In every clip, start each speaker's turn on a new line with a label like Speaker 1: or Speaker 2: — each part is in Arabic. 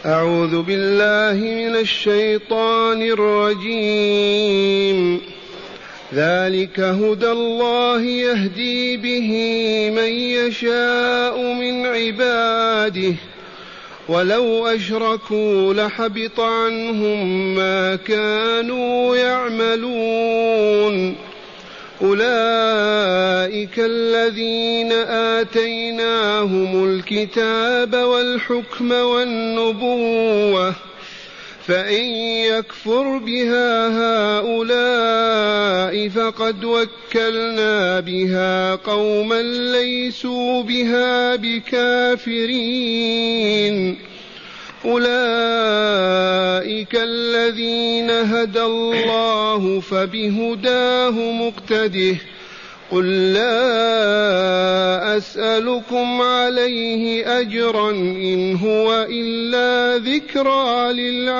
Speaker 1: أعوذ بالله من الشيطان الرجيم. ذلك هدى الله يهدي به من يشاء من عباده ولو أشركوا لحبط عنهم ما كانوا يعملون. أولئك الذين آتيناهم الكتاب والحكم والنبوة فإن يكفر بها هؤلاء فقد وكلنا بها قوما ليسوا بها بكافرين. أولئك الذين هدى الله فبهداه مقتده. قل لا أسألكم عليه أجرا إن هو إلا ذكرى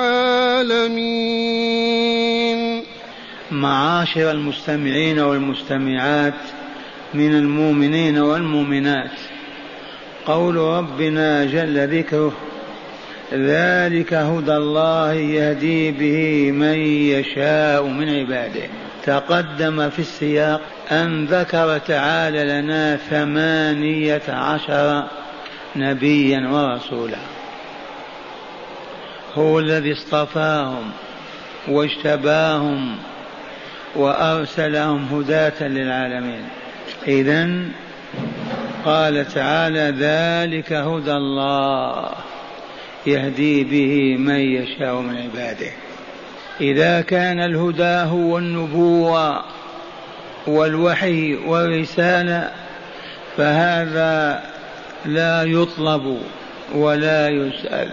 Speaker 1: للعالمين.
Speaker 2: معاشر المستمعين والمستمعات من المؤمنين والمؤمنات، قول ربنا جل ذكره: ذلك هدى الله يهدي به من يشاء من عباده. تقدم في السياق أن ذكر تعالى لنا 18 نبيا ورسولا، هو الذي اصطفاهم واجتباهم وأرسلهم هداة للعالمين. إذن قال تعالى: ذلك هدى الله يهدي به من يشاء من عباده. إذا كان الهدى هو النبوة والوحي والرسالة فهذا لا يطلب ولا يسأل،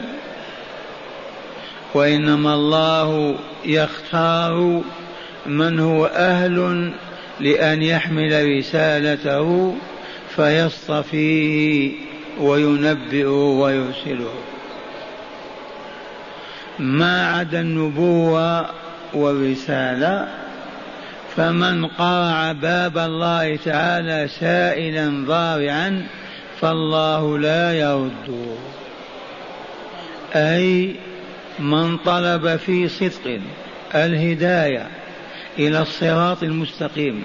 Speaker 2: وإنما الله يختار من هو أهل لأن يحمل رسالته فيصطفيه وينبئه ويرسله. ما عدا النبوة والرسالة فمن قرع باب الله تعالى سائلا ضارعا فالله لا يرد، أي من طلب في صدق الهداية إلى الصراط المستقيم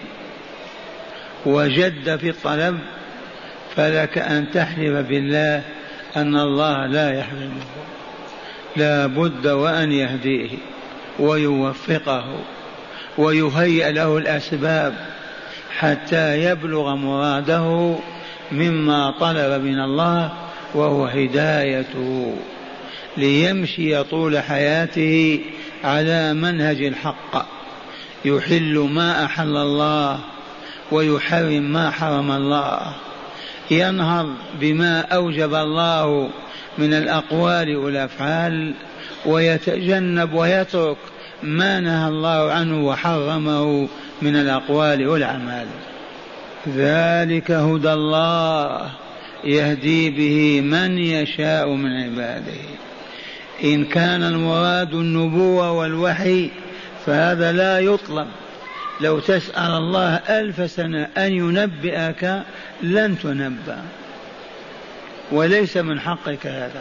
Speaker 2: وجد في الطلب فلك أن تحلف بالله أن الله لا يحرمه، لا بد وأن يهديه ويوفقه ويهيئ له الأسباب حتى يبلغ مراده مما طلب من الله، وهو هدايته ليمشي طول حياته على منهج الحق، يحل ما أحل الله ويحرم ما حرم الله، ينهض بما أوجب الله من الأقوال والأفعال، ويتجنب ويترك ما نهى الله عنه وحرمه من الأقوال والأعمال. ذلك هدى الله يهدي به من يشاء من عباده. إن كان المراد النبوة والوحي فهذا لا يطلب، لو تسأل الله 1000 سنة أن ينبئك لن تنبأ، وليس من حقك هذا.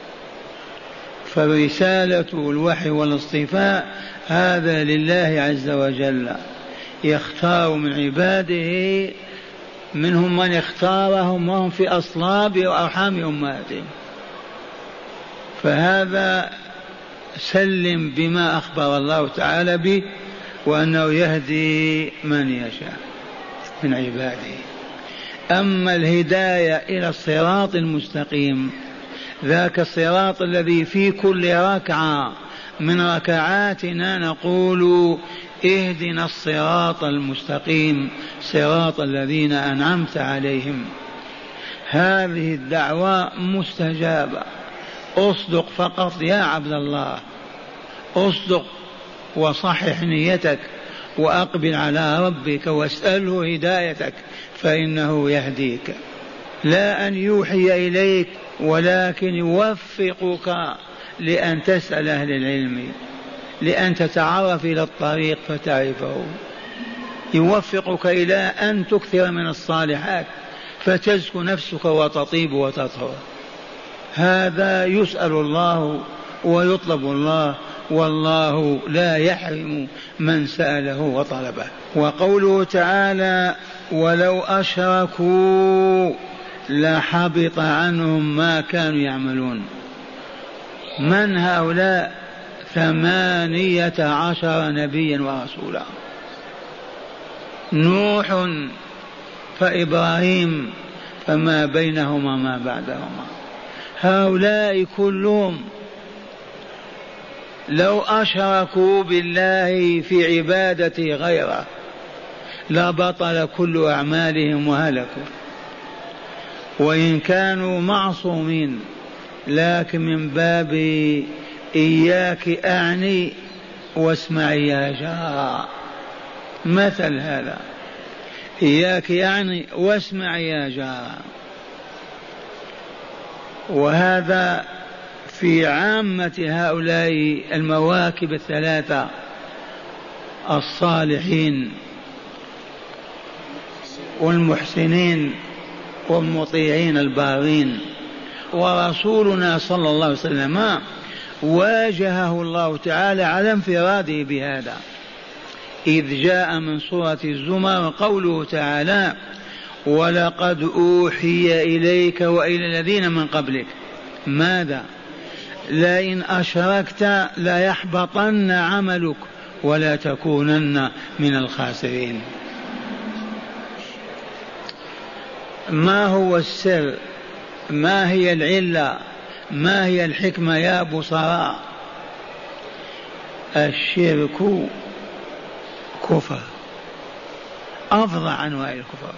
Speaker 2: فرسالة الوحي والاصطفاء هذا لله عز وجل، يختار من عباده، منهم من اختارهم وهم في أصلاب وأرحام أمهاتهم، فهذا سلم بما أخبر الله تعالى به، وأنه يهدي من يشاء من عباده. أما الهداية إلى الصراط المستقيم ذاك الصراط الذي في كل ركعة من ركعاتنا نقول: اهدنا الصراط المستقيم صراط الذين أنعمت عليهم. هذه الدعوة مستجابة. أصدق فقط يا عبد الله، أصدق وصحح نيتك وأقبل على ربك واسأله هدايتك فإنه يهديك، لا أن يوحي إليك ولكن يوفقك لأن تسأل أهل العلم، لأن تتعرف إلى الطريق فتعرفه، يوفقك إلى أن تكثر من الصالحات فتزكو نفسك وتطيب وتطهر. هذا يسأل الله ويطلب الله، والله لا يحرم من سأله وطلبه. وقوله تعالى ولو أشركوا لحبط عنهم ما كانوا يعملون. من هؤلاء؟ 18 نبيا ورسولا، نوح فإبراهيم فما بينهما ما بعدهما، هؤلاء كلهم لو أشركوا بالله في عبادته غيره لبطل كل أعمالهم وهلكوا، وإن كانوا معصومين، لكن من باب إياك أعني واسمعي يا جار، مثل هذا، إياك يعني واسمعي يا جار. وهذا في عامة هؤلاء المواكب الثلاثة الصالحين والمحسنين والمطيعين البارين. ورسولنا صلى الله عليه وسلم واجهه الله تعالى على انفراده بهذا، إذ جاء من سورة الزمر قوله تعالى ولقد أوحي إليك وإلى الذين من قبلك ماذا؟ لئن أشركت ليحبطن عملك ولا تكونن من الخاسرين. ما هو السر؟ ما هي العلة؟ ما هي الحكمة يا بصراء؟ الشرك كفر، أفظع أنواع الكفر،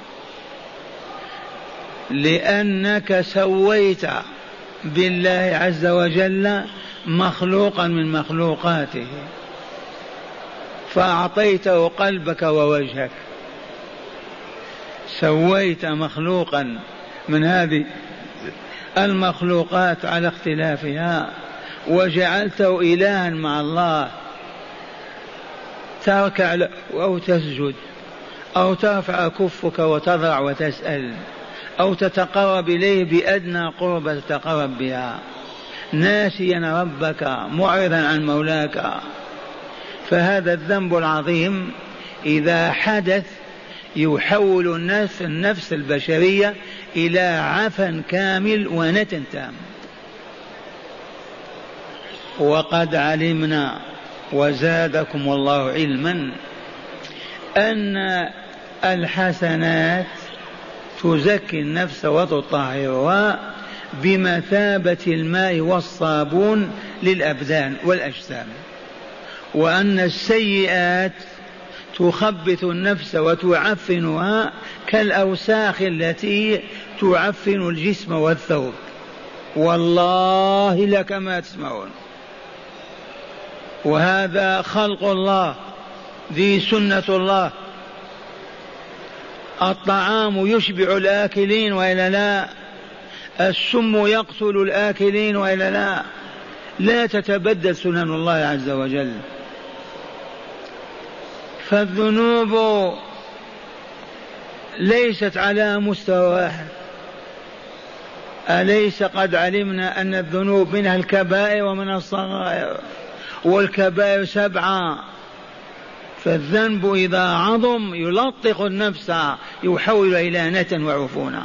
Speaker 2: لأنك سويت بالله عز وجل مخلوقا من مخلوقاته، فأعطيته قلبك ووجهك، سويت مخلوقا من هذه المخلوقات على اختلافها وجعلته إلها مع الله، تركع أو تسجد أو ترفع كفك وتضرع وتسأل أو تتقرب إليه بأدنى قربة تتقرب بها، ناسيا ربك معرضا عن مولاك. فهذا الذنب العظيم إذا حدث يحول النفس البشرية إلى عفن كامل ونتن تام. وقد علمنا وزادكم الله علما أن الحسنات تزكي النفس وتطهرها بمثابة الماء والصابون للأبدان والأجسام، وأن السيئات تخبث النفس وتعفنها كالأوساخ التي تعفن الجسم والثوب. والله لك ما تسمعون. وهذا خلق الله، ذي سنة الله. الطعام يشبع الآكلين وإلا لا؟ السم يقتل الآكلين وإلا لا؟ لا تتبدل سنن الله عز وجل. فالذنوب ليست على مستوى واحد. أليس قد علمنا أن الذنوب منها الكبائر ومن الصغائر، والكبائر 7. فالذنب إذا عظم يلطخ النفس يحول إلى نتن وعفونا.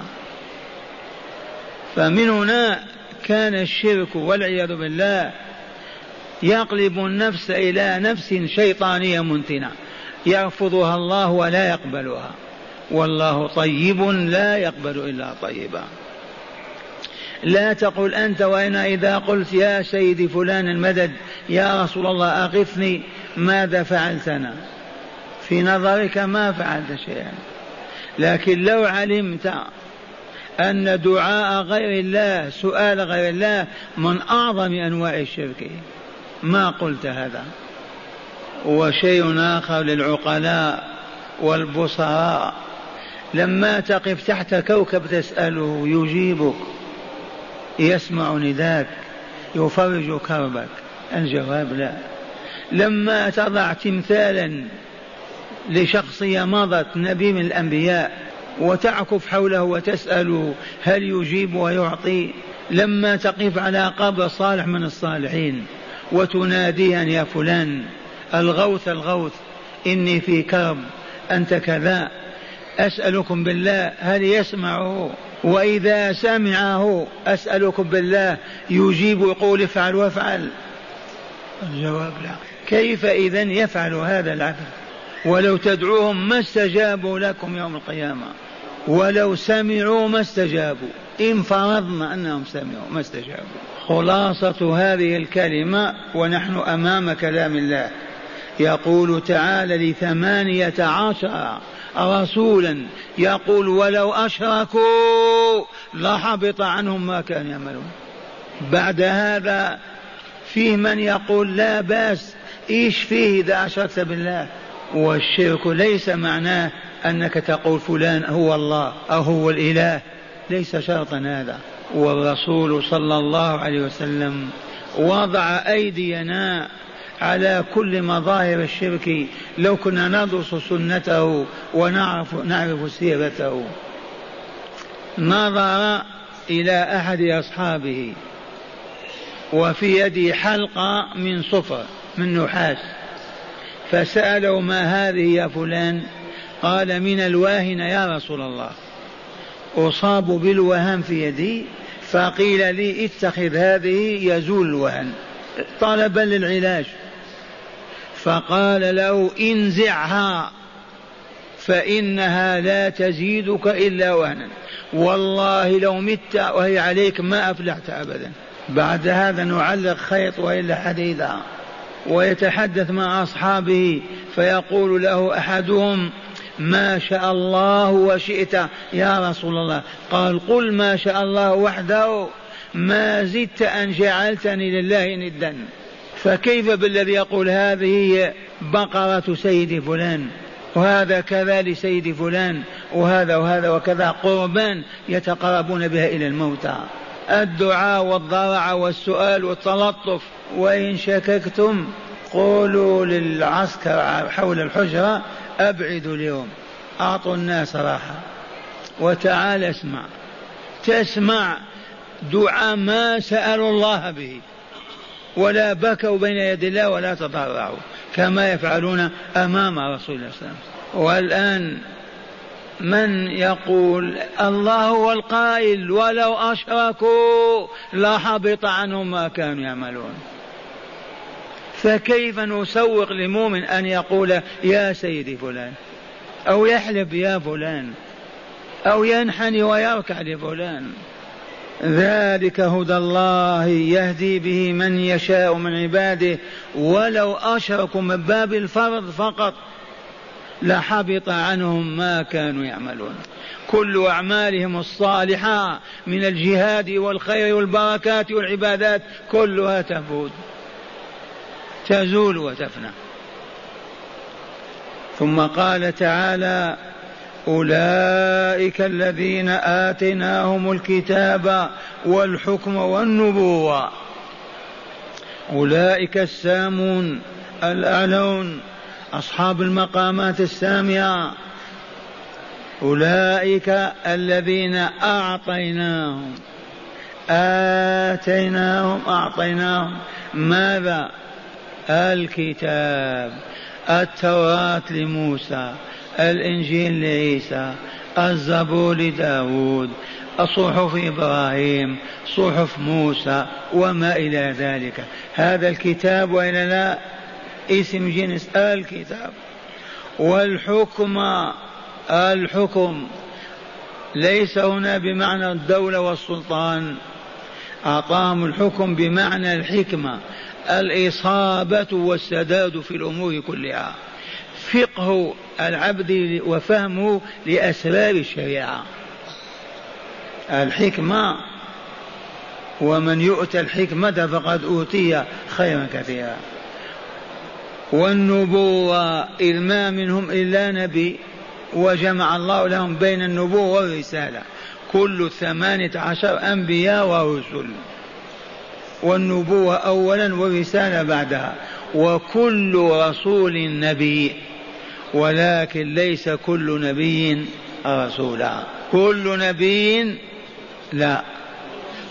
Speaker 2: فمن هنا كان الشرك والعياذ بالله يقلب النفس إلى نفس شيطانية منتنة يرفضها الله ولا يقبلها، والله طيب لا يقبل إلا طيبا. لا تقل أنت وأنا إذا قلت يا سيدي فلان المدد يا رسول الله أغثني ماذا فعلتنا؟ في نظرك ما فعلت شيئا. لكن لو علمت أن دعاء غير الله سؤال غير الله من أعظم أنواع الشرك ما قلت هذا. وشيء آخر للعقلاء والبصراء، لما تقف تحت كوكب تسأله يجيبك، يسمع نداك، يفرج كربك. الجواب لا. لما تضع تمثالا لشخصية مضت نبي من الأنبياء وتعكف حوله وتسأله هل يجيب ويعطي، لما تقف على قبر صالح من الصالحين وتناديها يا فلان الغوث الغوث إني في كرب أنت كذا، أسألكم بالله هل يسمعه؟ وإذا سمعه أسألكم بالله يجيب يقول افعل وافعل؟ الجواب لا. كيف إذن يفعل هذا العبد؟ ولو تدعوهم ما استجابوا لكم يوم القيامة، ولو سمعوا ما استجابوا، إن فرضنا أنهم سمعوا ما استجابوا. خلاصة هذه الكلمة ونحن أمام كلام الله، يقول تعالى ل18 رسولا يقول ولو أشركوا لحبط عنهم ما كانوا يعملون. بعد هذا فيه من يقول لا بأس، إيش فيه إذا أشركت بالله؟ والشرك ليس معناه أنك تقول فلان هو الله أو هو الإله، ليس شرطا هذا. والرسول صلى الله عليه وسلم وضع أيدينا على كل مظاهر الشرك لو كنا ندرس سنته ونعرف سيرته. نظر إلى أحد أصحابه وفي يده حلقة من صفر من نحاس، فسأله ما هذه يا فلان؟ قال من الواهن يا رسول الله، أصاب بالوهن في يدي فقيل لي اتخذ هذه يزول الوهن طلبا للعلاج، فقال له انزعها فإنها لا تزيدك إلا وهنا، والله لو مت وهي عليك ما أفلحت أبدا. بعد هذا نعلق خيط وإلا حديدا، ويتحدث مع أصحابه فيقول له أحدهم ما شاء الله وشئت يا رسول الله، قال قل ما شاء الله وحده ما زدت أن جعلتني لله ندا. فكيف بالذي يقول هذه بقرة سيد فلان وهذا كذا لسيد فلان وهذا وهذا وكذا قربان يتقربون بها إلى الموتى. الدعاء والضرع والسؤال والتلطف. وإن شككتم قولوا للعسكر حول الحجرة أبعدوا اليوم، أعطوا الناس راحة، وتعال اسمع، تسمع دعاء ما سألوا الله به ولا بكوا بين يدي الله ولا تضرعوا كما يفعلون أمام رسول الله صلى الله عليه وسلم. والآن من يقول الله هو القائل ولو أشركوا لحبط عنهم ما كانوا يعملون، فكيف نسوق لمؤمن أن يقول يا سيدي فلان أو يحلف يا فلان أو ينحني ويركع لفلان؟ ذلك هدى الله يهدي به من يشاء من عباده، ولو أشركوا من باب الفرض فقط لحبط عنهم ما كانوا يعملون. كل أعمالهم الصالحة من الجهاد والخير والبركات والعبادات كلها تفوت تزول وتفنى. ثم قال تعالى أولئك الذين آتيناهم الكتاب والحكم والنبوة، أولئك السامون الأعلون أصحاب المقامات السامية، أولئك الذين أعطيناهم ماذا؟ الكتاب، التوراة لموسى، الإنجيل لعيسى، الزبور لداود، صحف إبراهيم، صحف موسى وما إلى ذلك. هذا الكتاب وإلا لا؟ اسم جنس الكتاب. الحكم ليس هنا بمعنى الدولة والسلطان، أعطاهم الحكم بمعنى الحكمة، الإصابة والسداد في الأمور كلها، فقه العبد وفهمه لأسرار الشريعة. الحكمة، ومن يؤتى الحكمة فقد أوتي خيرا كثيرا. والنبوة إذ ما منهم إلا نبي، وجمع الله لهم بين النبوة والرسالة، كل 18 أنبياء ورسل، والنبوة أولا والرسالة بعدها، وكل رسول نبي، ولكن ليس كل نبي رسولا. كل نبي لا،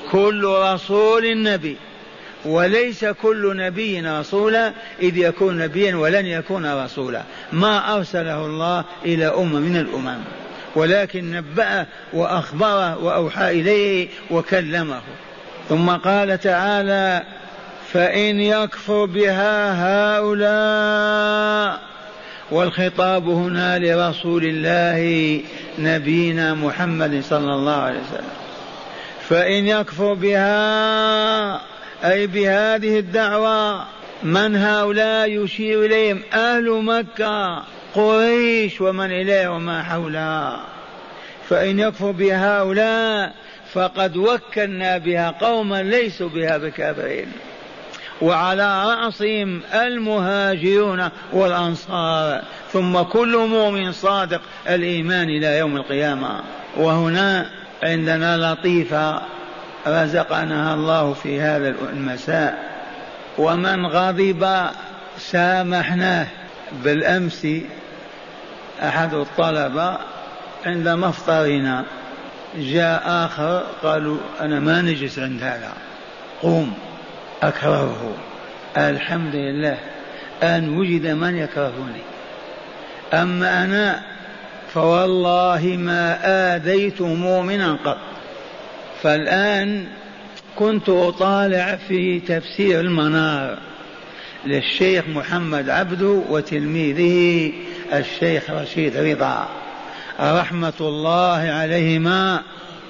Speaker 2: كل رسول نبي، وليس كل نبي رسولا، إذ يكون نبيا ولن يكون رسولا. ما أرسله الله إلى أمة من الأمم، ولكن نبأه وأخبره وأوحى إليه وكلمه. ثم قال تعالى: فإن يكفر بها هؤلاء، والخطاب هنا لرسول الله نبينا محمد صلى الله عليه وسلم. فإن يكفر بها أي بهذه الدعوة، من هؤلاء؟ يشير إليهم أهل مكة، قريش ومن إليه وما حولها. فإن يكفر بها هؤلاء فقد وكلنا بها قوما ليسوا بها بكافرين، وعلى رأسهم المهاجرون والأنصار، ثم كل مؤمن صادق الإيمان إلى يوم القيامة. وهنا عندنا لطيفة رزقنا الله في هذا المساء. ومن غضب سامحناه. بالأمس أحد الطلبة عند مفطرنا جاء آخر قالوا: أنا ما نجلس عند هذا، قوم، أكرهه. الحمد لله أن وجد من يكرهني، أما أنا فوالله ما آذيت مؤمنا قط. فالآن كنت أطالع في تفسير المنار للشيخ محمد عبده وتلميذه الشيخ رشيد رضا رحمة الله عليهما،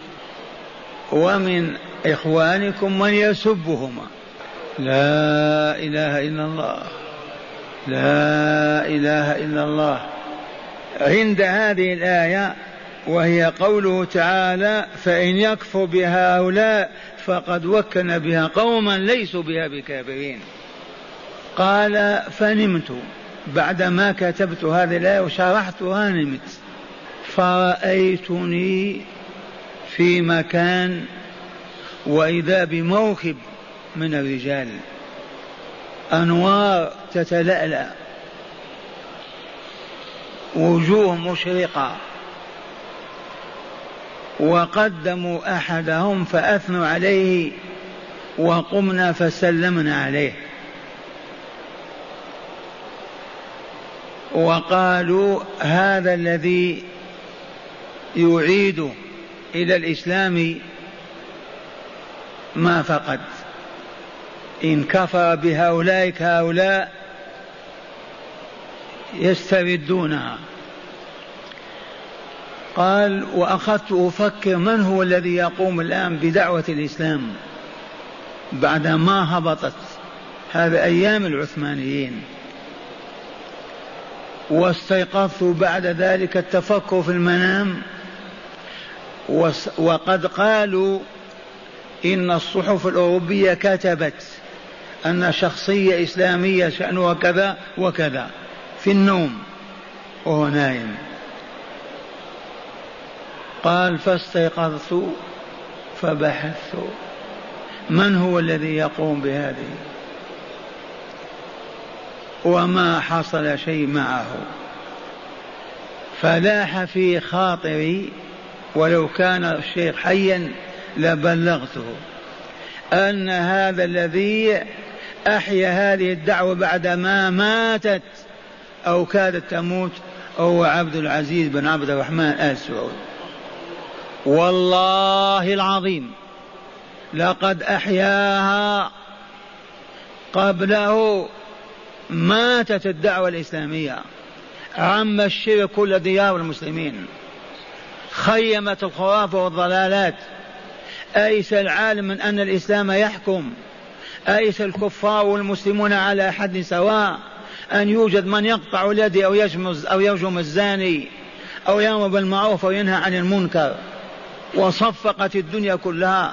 Speaker 2: ومن إخوانكم من يسبهما. لا إله إلا الله، لا إله إلا الله. عند هذه الآية وهي قوله تعالى: فإن يكفر بها هؤلاء فقد وكلنا بها قوما ليسوا بها بكافرين. قال: فنمت بعدما كتبت هذه الآية وشرحتها، نمت فرأيتني في مكان وإذا بموكب من الرجال، أنوار تتلألأ، وجوه مشرقة، وقدموا أحدهم فأثنوا عليه وقمنا فسلمنا عليه وقالوا: هذا الذي يعيد إلى الإسلام ما فقد، إن كفر بهؤلاء يستردونها. قال: وأخذت أفكر من هو الذي يقوم الآن بدعوة الإسلام بعد ما هبطت هذا أيام العثمانيين. واستيقظت بعد ذلك التفكر في المنام، وقد قالوا إن الصحف الأوروبية كتبت أن شخصية إسلامية شأنها كذا وكذا في النوم وهو نايم. قال: فاستيقظت فبحثت من هو الذي يقوم بهذه، وما حصل شيء معه. فلاح في خاطري ولو كان الشيخ حيا لبلغته أن هذا الذي أحيا هذه الدعوة بعدما ماتت أو كادت تموت هو عبد العزيز بن عبد الرحمن آل سعود. والله العظيم لقد أحياها قبله. ماتت الدعوة الإسلامية، عم الشرك كل ديار المسلمين، خيمت الخرافة والضلالات، أيس العالم من أن الإسلام يحكم، أيس الكفار والمسلمون على حد سواء، أن يوجد من يقطع اليد أو يرجم الزاني أو يأمر بالمعروف أو ينهى عن المنكر. وصفقت الدنيا كلها.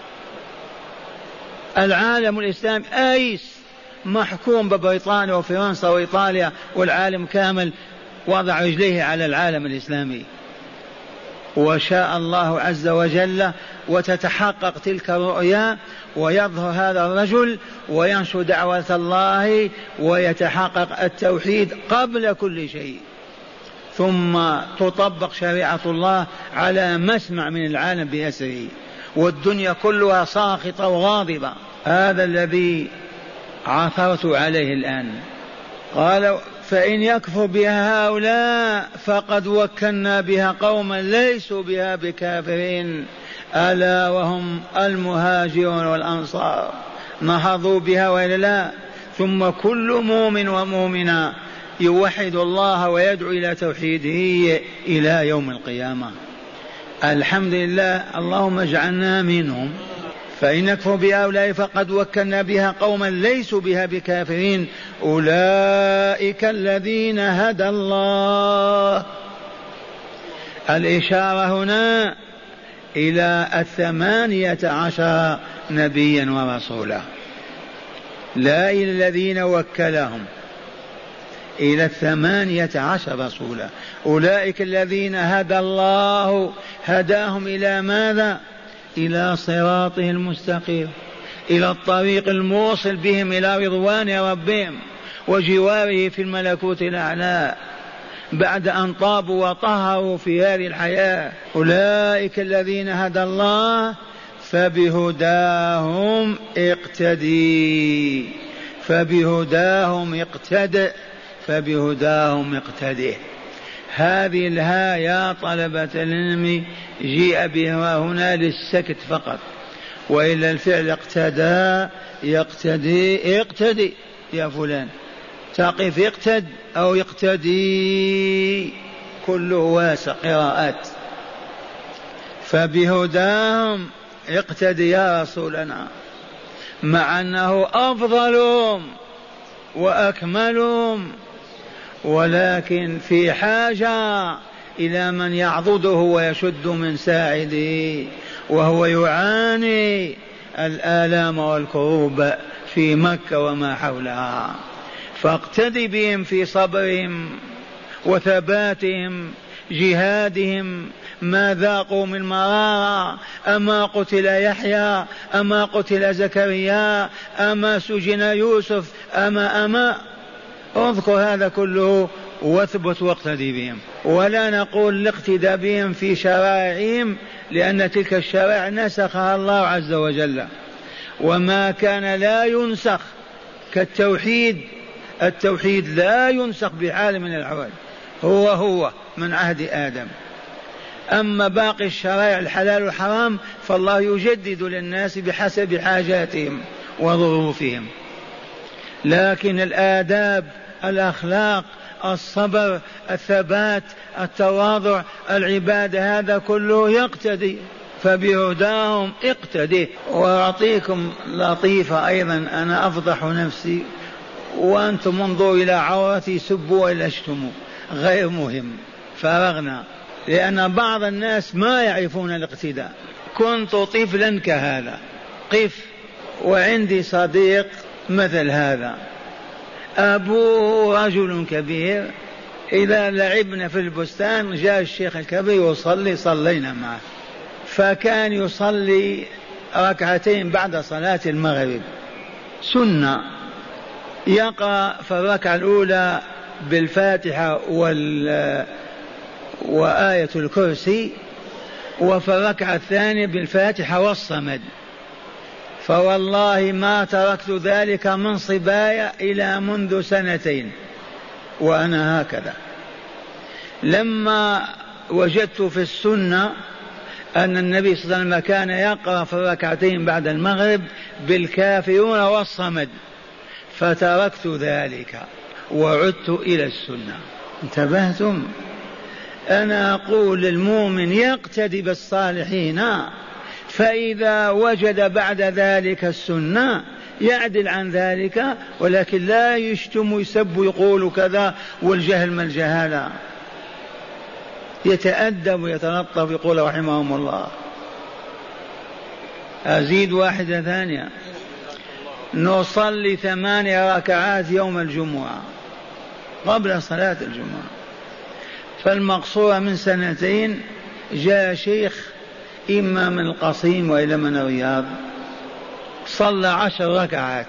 Speaker 2: العالم الإسلامي أيس، محكوم ببريطانيا وفرنسا وإيطاليا والعالم كامل وضع رجليه على العالم الإسلامي. وشاء الله عز وجل وتتحقق تلك الرؤيا ويظهر هذا الرجل وينشر دعوة الله ويتحقق التوحيد قبل كل شيء، ثم تطبق شريعة الله على مسمع من العالم بأسره. والدنيا كلها ساخطة وغاضبة. هذا الذي عثرت عليه الآن. قال فإن يكفر بها هؤلاء فقد وكلنا بها قوما ليسوا بها بكافرين، ألا وهم المهاجرون والأنصار، نهضوا بها وإلا لا. ثم كل مؤمن ومؤمنة يوحد الله ويدعو إلى توحيده إلى يوم القيامة. الحمد لله، اللهم اجعلنا منهم. فإن نكفر بهؤلاء فقد وكلنا بها قوما ليسوا بها بكافرين، أولئك الذين هدى الله. الإشارة هنا إلى 18 نبيا ورسولا، لا إلى الذين وكلهم، إلى 18 رسولا. أولئك الذين هدى الله، هداهم إلى ماذا؟ إلى صراطه المستقيم، إلى الطريق الموصل بهم إلى رضوان ربهم وجواره في الملكوت الأعلى بعد أن طابوا وطهروا في هذه الحياة. أولئك الذين هدى الله فبهداهم اقتدي، فبهداهم اقتدئ، فبهداهم اقتدئ. هذه الها يا طلبة العلم جيء بها هنا للسكت فقط، وإلا الفعل اقتدى يقتدي، اقتدي يا فلان، تقف اقتد أو يقتدي، كله واسع قراءات. فبهداهم اقتدي يا رسولنا، مع أنه أفضلهم وأكملهم، ولكن في حاجة إلى من يعضده ويشد من ساعده، وهو يعاني الآلام والكروب في مكة وما حولها. فاقتدي بهم في صبرهم وثباتهم، جهادهم، ما ذاقوا من مرارة. أما قتل يحيى، أما قتل زكريا، أما سجن يوسف، أما اذكر هذا كله واثبت واقتدي بهم. ولا نقول الاقتداء بهم في شرائعهم، لأن تلك الشرائع نسخها الله عز وجل، وما كان لا ينسخ كالتوحيد. التوحيد لا ينسخ بحال من الأحوال، هو من عهد آدم. أما باقي الشرائع الحلال والحرام فالله يجدد للناس بحسب حاجاتهم وظروفهم. لكن الآداب، الأخلاق، الصبر، الثبات، التواضع، العبادة، هذا كله يقتدي. فبهداهم اقتدي. وأعطيكم لطيفة أيضا، أنا أفضح نفسي وأنتم انظروا إلى عورتي، سبوا وإلا اشتموا، غير مهم، فرغنا، لأن بعض الناس ما يعرفون الاقتداء. كنت طفلا كهذا قف، وعندي صديق مثل هذا، أبوه رجل كبير، إذا لعبنا في البستان جاء الشيخ الكبير يصلي، صلينا معه، فكان يصلي ركعتين بعد صلاة المغرب سنة، يقرأ في الركعة الأولى بالفاتحة وآية الكرسي، وفي الركعة الثانية بالفاتحة والصمد. فوالله ما تركت ذلك من صبايا إلى منذ 2 وأنا هكذا. لما وجدت في السنة أن النبي صلى الله عليه وسلم كان يقرأ في الركعتين بعد المغرب بالكافرون والصمد، فتركت ذلك وعدت إلى السنة. انتبهتم؟ أنا أقول للمؤمن يقتدي بالصالحين، فإذا وجد بعد ذلك السنة يعدل عن ذلك، ولكن لا يشتم ويسب ويقول كذا، والجهل ما الجهالة، يتأدب ويتلطف، يقول رحمهم الله. أزيد واحدة ثانية، نصلي 8 ركعات يوم الجمعة قبل صلاة الجمعة. فالمقصورة من 2 جاء شيخ إما من القصيم وإلا من الرياض، صلى 10 ركعات.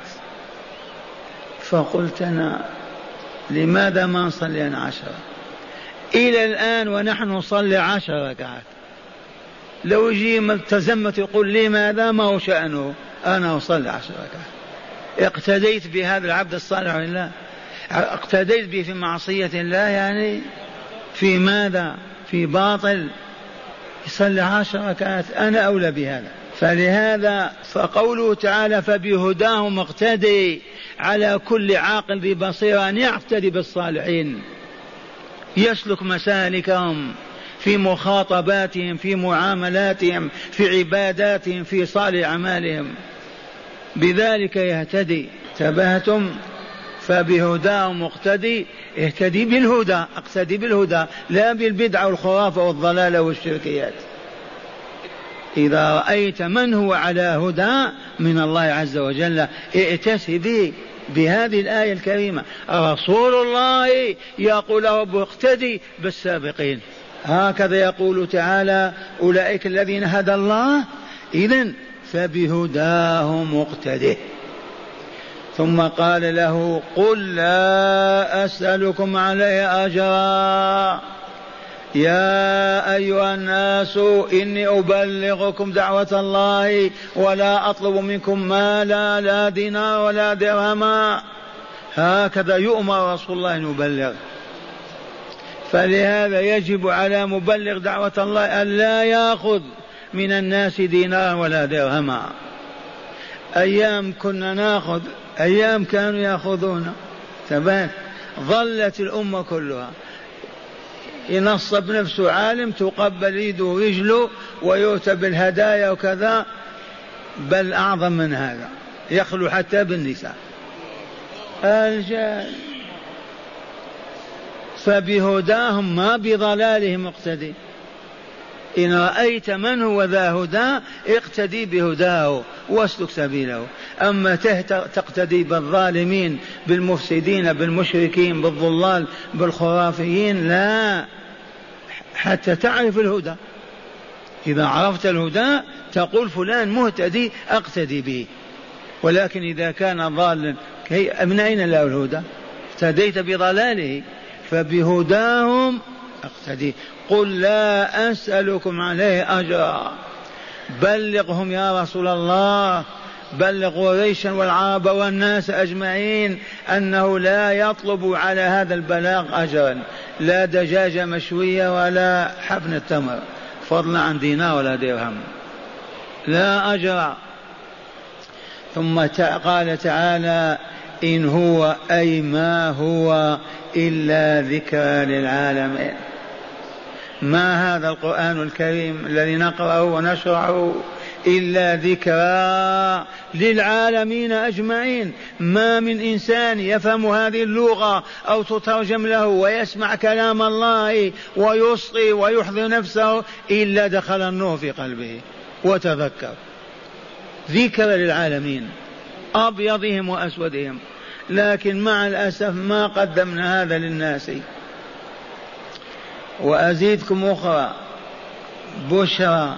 Speaker 2: فقلت أنا لماذا ما نصلي 10 إلى الآن ونحن نصلي 10 ركعات؟ لو يجي تزمت يقول لي ماذا ما هو شأنه، أنا أصلي 10 ركعات. اقتديت بهذا العبد الصالح لله؟ اقتديت به في معصية الله يعني؟ في ماذا؟ في باطل. يصلي 10 ركعات، أنا أولى بهذا. فلهذا فقوله تعالى فبهداهم اقتدي، على كل عاقل ذي بصيرة أن يقتدي بالصالحين، يسلك مسالكهم في مخاطباتهم، في معاملاتهم، في عباداتهم، في صالح أعمالهم، بذلك يهتدي. تبهتم؟ فبهداهم مقتدي، اهتدي بالهدى، اقتدي بالهدى لا بالبدعة والخرافة والضلالة والشركيات. إذا رأيت من هو على هدى من الله عز وجل ائتس به، بهذه الآية الكريمة. رسول الله يقول له اقتدي بالسابقين، هكذا يقول تعالى أولئك الذين هدى الله، إذن فبهداه مقتده. ثم قال له قل لا أسألكم عليه أجرا يا أيها الناس إني أبلغكم دعوة الله ولا أطلب منكم مالا لا دينار ولا درهما. هكذا يؤمر رسول الله أن يبلغ. فلهذا يجب على مبلغ دعوة الله أن لا يأخذ من الناس دينار ولا درهما. أيام كنا نأخذ، أيام كانوا يأخذون، ثبات. ظلت الأمة كلها ينصب نفسه عالم تقبل يده ورجله ويؤتى بالهدايا وكذا، بل أعظم من هذا يخلو حتى بالنساء الرجال. فبهداهم ما بضلالهم اقتدي. إن رأيت من هو ذا هدى اقتدي بهداه واسلك سبيله. أما تقتدي بالظالمين بالمفسدين بالمشركين بالضلال بالخرافيين لا، حتى تعرف الهدى. إذا عرفت الهدى تقول فلان مهتدي أقتدي به، ولكن إذا كان ضالا من أين له الهدى؟ اهتديت بضلاله. فبهداهم اقتدي. قل لا أسألكم عليه أجرا، بلغهم يا رسول الله، بلغ قريشا والعرب والناس أجمعين أنه لا يطلب على هذا البلاغ أجرا، لا دجاجة مشوية ولا حبن تمر فضلا عن دينار ولا درهم، لا أجر. ثم قال تعالى إن هو أي ما هو إلا ذكرى للعالمين. ما هذا القرآن الكريم الذي نقرأه ونشرعه إلا ذكرى للعالمين أجمعين. ما من إنسان يفهم هذه اللغة أو تترجم له ويسمع كلام الله ويصغي ويحضر نفسه إلا دخل النور في قلبه وتذكر. ذكرى للعالمين أبيضهم وأسودهم. لكن مع الأسف ما قدمنا هذا للناس. وأزيدكم أخرى بشرى،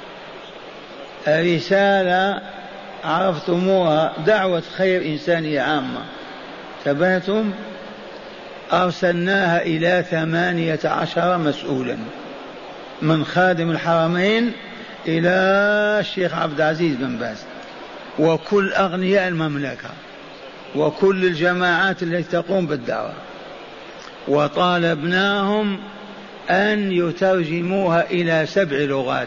Speaker 2: رسالة عرفتموها، دعوة خير إنسانية عامة، تبهتم؟ أرسلناها إلى 18 مسؤولا، من خادم الحرمين إلى الشيخ عبد العزيز بن باز وكل أغنياء المملكة وكل الجماعات التي تقوم بالدعوة، وطالبناهم أن يترجموها إلى 7 لغات،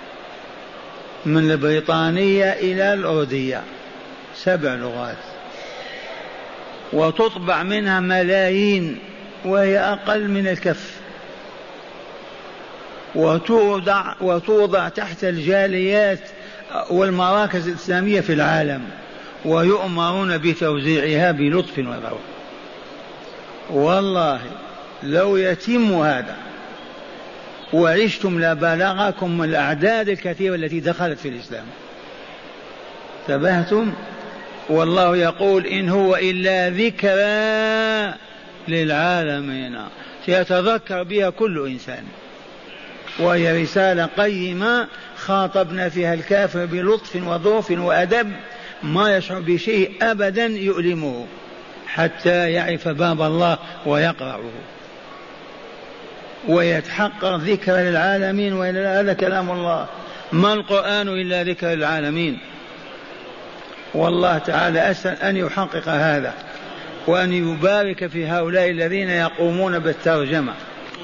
Speaker 2: من البريطانية إلى الأردية، 7 لغات، وتطبع منها ملايين وهي أقل من الكف، وتوضع تحت الجاليات والمراكز الإسلامية في العالم، ويؤمرون بتوزيعها بلطف وروح. والله لو يتم هذا وعشتم لبلغكم الأعداد الكثيرة التي دخلت في الإسلام. تبهتم؟ والله يقول إن هو إلا ذكرى للعالمين، سيتذكر بها كل إنسان، وهي رسالة قيمة خاطبنا فيها الكافر بلطف وظروف وأدب ما يشعر بشيء أبدا يؤلمه حتى يعرف باب الله ويقرأه ويتحقق ذكر للعالمين. وإلى هذا كلام الله. ما القرآن إلا ذكر للعالمين. والله تعالى أسأل أن يحقق هذا وأن يبارك في هؤلاء الذين يقومون بالترجمة.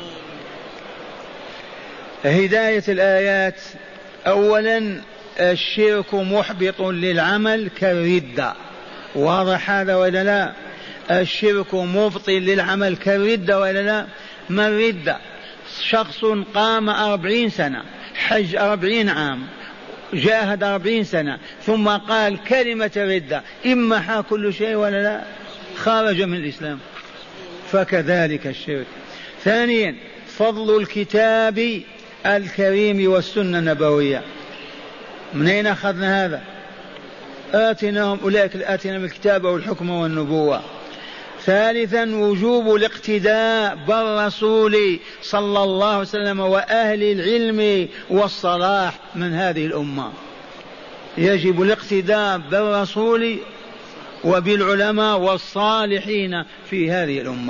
Speaker 2: هداية الآيات: أولا الشرك محبط للعمل كالردة، واضح هذا ولا لا؟ الشرك مبطل للعمل كالردة ولا لا؟ ما الردة؟ شخص قام 40 سنة، حج 40 عام، جاهد 40 سنة، ثم قال كلمة الردة، إما كل شيء ولا لا؟ خرج من الإسلام. فكذلك الشرك. ثانيا فضل الكتاب الكريم والسنة النبوية. من أين أخذنا هذا؟ آتناهم أولئك آتنا بالكتاب والحكم والنبوة. ثالثا وجوب الاقتداء بالرسول صلى الله عليه وسلم وأهل العلم والصلاح من هذه الأمة. يجب الاقتداء بالرسول وبالعلماء والصالحين في هذه الأمة.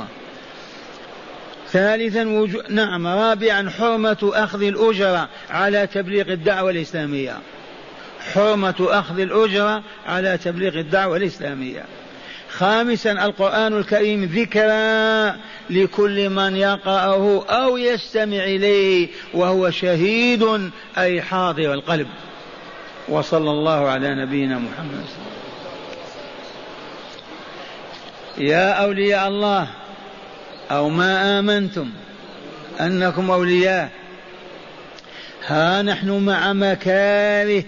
Speaker 2: ثالثا رابعا حرمة أخذ الأجرة على تبليغ الدعوة الإسلامية. حرمة أخذ الأجرة على تبليغ الدعوة الإسلامية. خامسا القرآن الكريم ذكرى لكل من يقرأه أو يستمع إليه وهو شهيد أي حاضر القلب. وصلى الله على نبينا محمد. يا أولياء الله، أو ما آمنتم أنكم أولياء، ها نحن مع مكاره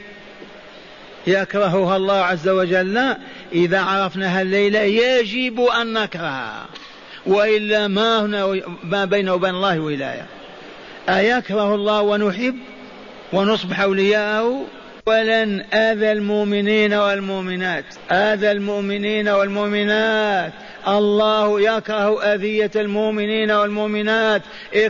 Speaker 2: يكرهها الله عز وجل. إذا عرفناها الليلة يجب أن نكرهها، وإلا ما بينه وبين الله ولاية. أيكره الله ونحب ونصبح أولياءه؟ ولن آذى المؤمنين والمؤمنات، آذى المؤمنين والمؤمنات. الله يكره أذية المؤمنين والمؤمنات،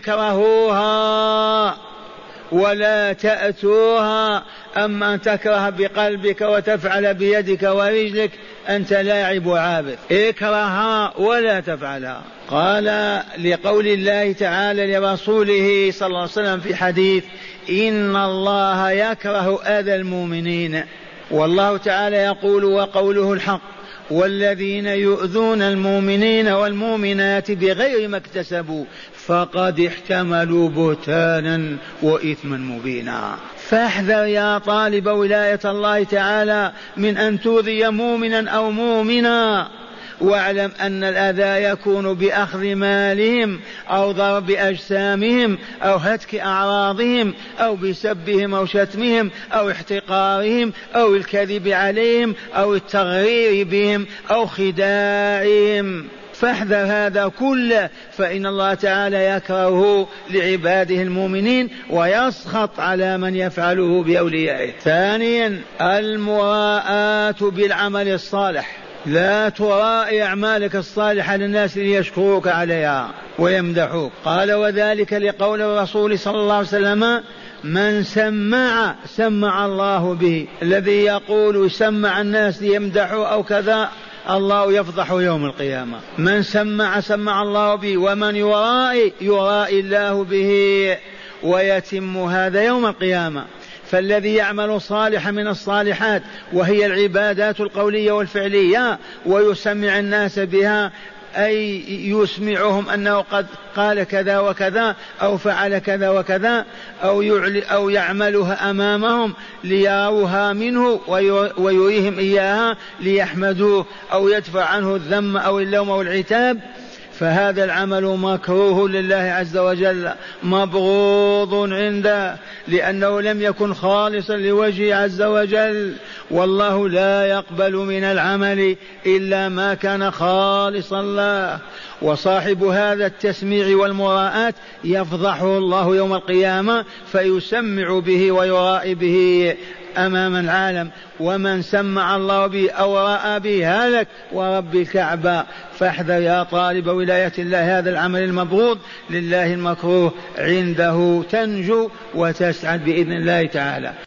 Speaker 2: اكرهوها ولا تأتوها. أما أن تكره بقلبك وتفعل بيدك ورجلك أنت لاعب وعابث، اكرهها ولا تفعلها. قال لقول الله تعالى لرسوله صلى الله عليه وسلم في حديث: إن الله يكره أذى المؤمنين. والله تعالى يقول وقوله الحق: والذين يؤذون المؤمنين والمؤمنات بغير ما اكتسبوا فقد احتملوا بهتانا وإثما مبينا. فاحذر يا طالب ولاية الله تعالى من أن تؤذي مؤمنا أو مؤمنا، واعلم أن الأذى يكون بأخذ مالهم أو ضرب أجسامهم أو هتك أعراضهم أو بسبهم أو شتمهم أو احتقارهم أو الكذب عليهم أو التغرير بهم أو خداعهم. فاحذر هذا كله، فإن الله تعالى يكرهه لعباده المؤمنين ويسخط على من يفعله بأوليائه. ثانيا المراءة بالعمل الصالح. لا ترائي أعمالك الصالحة للناس ليشكروك عليها ويمدحوك. قال وذلك لقول الرسول صلى الله عليه وسلم: من سمع الله به. الذي يقول يسمع الناس ليمدحوا أو كذا الله يفضح يوم القيامة. من سمع الله به، ومن يرائي الله به، ويتم هذا يوم القيامة. فالذي يعمل صالحا من الصالحات وهي العبادات القولية والفعلية ويسمع الناس بها، أي يسمعهم أنه قد قال كذا وكذا أو فعل كذا وكذا أو يعملها أمامهم ليروها منه ويريهم إياها ليحمدوه أو يدفع عنه الذم أو اللوم أو العتاب. فهذا العمل مكروه لله عز وجل، مبغوض عنده، لأنه لم يكن خالصا لوجهه عز وجل. والله لا يقبل من العمل إلا ما كان خالصا له. وصاحب هذا التسميع والمراءات يفضحه الله يوم القيامة فيسمع به ويرائي به أمام العالم. ومن سمع الله به أو رأى به هلك ورب الكعبة. فاحذر يا طالب ولاية الله هذا العمل المبغوض لله المكروه، عنده تنجو وتسعد بإذن الله تعالى.